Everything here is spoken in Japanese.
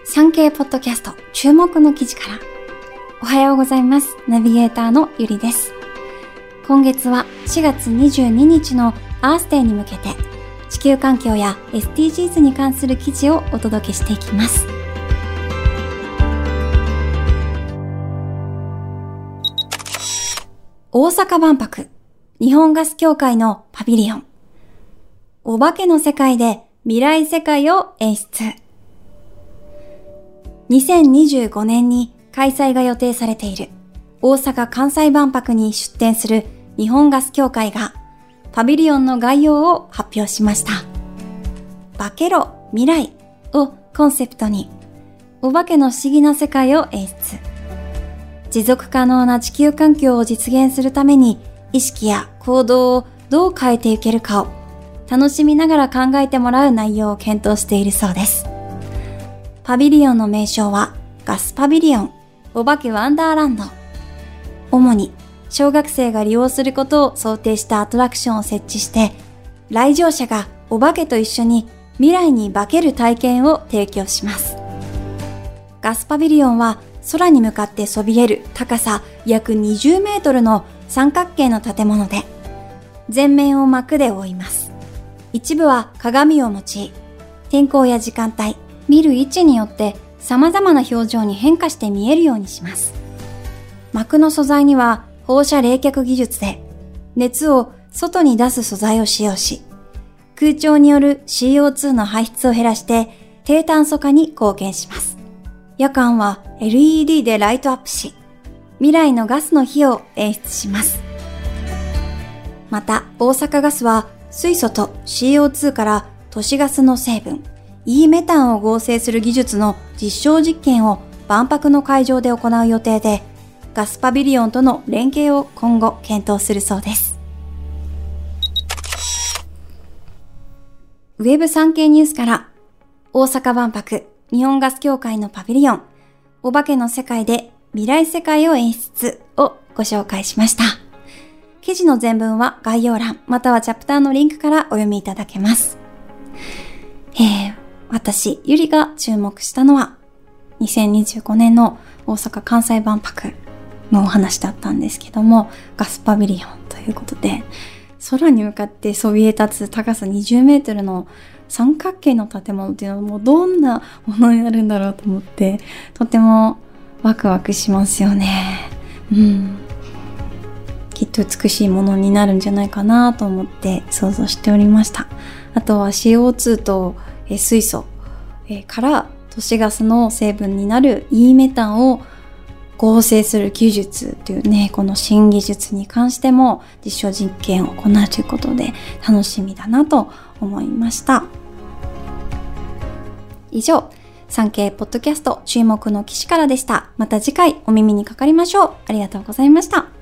産経ポッドキャスト注目の記事から。おはようございます。ナビゲーターのゆりです。今月は4月22日のアースデーに向けて地球環境や SDGs に関する記事をお届けしていきます。大阪万博、日本ガス協会のパビリオン。お化けの世界で未来世界を演出。2025年に開催が予定されている大阪・関西万博に出展する日本ガス協会がパビリオンの概要を発表しました。化けろ未来をコンセプトにお化けの不思議な世界を演出。持続可能な地球環境を実現するために意識や行動をどう変えていけるかを楽しみながら考えてもらう内容を検討しているそうです。パビリオンの名称はガスパビリオン、お化けワンダーランド。主に小学生が利用することを想定したアトラクションを設置して、来場者がお化けと一緒に未来に化ける体験を提供します。ガスパビリオンは空に向かってそびえる高さ約20メートルの三角形の建物で、全面を幕で覆います。一部は鏡を用い、天候や時間帯、見る位置によって様々な表情に変化して見えるようにします。幕の素材には放射冷却技術で熱を外に出す素材を使用し、空調による CO2 の排出を減らして低炭素化に貢献します。夜間は LED でライトアップし、未来のガスの火を演出します。また、大阪ガスは水素と CO2 から都市ガスの成分、E メタンを合成する技術の実証実験を万博の会場で行う予定で、ガスパビリオンとの連携を今後検討するそうです。ウェブ産経ニュースから大阪万博、日本ガス協会のパビリオン、お化けの世界で未来世界を演出をご紹介しました。記事の全文は概要欄またはチャプターのリンクからお読みいただけます。私、ゆりが注目したのは2025年の大阪・関西万博のお話だったんですけども、ガスパビリオンということで、空に向かってそびえ立つ高さ20メートルの三角形の建物っていうのはもうどんなものになるんだろうと思って、とてもワクワクしますよね。きっと美しいものになるんじゃないかなと思って想像しておりました。あとは CO2 と水素から都市ガスの成分になる E メタンを合成する技術というね、この新技術に関しても実証実験を行うということで楽しみだなと思いました。以上、産経ポッドキャスト注目の記事からでした。また次回お耳にかかりましょう。ありがとうございました。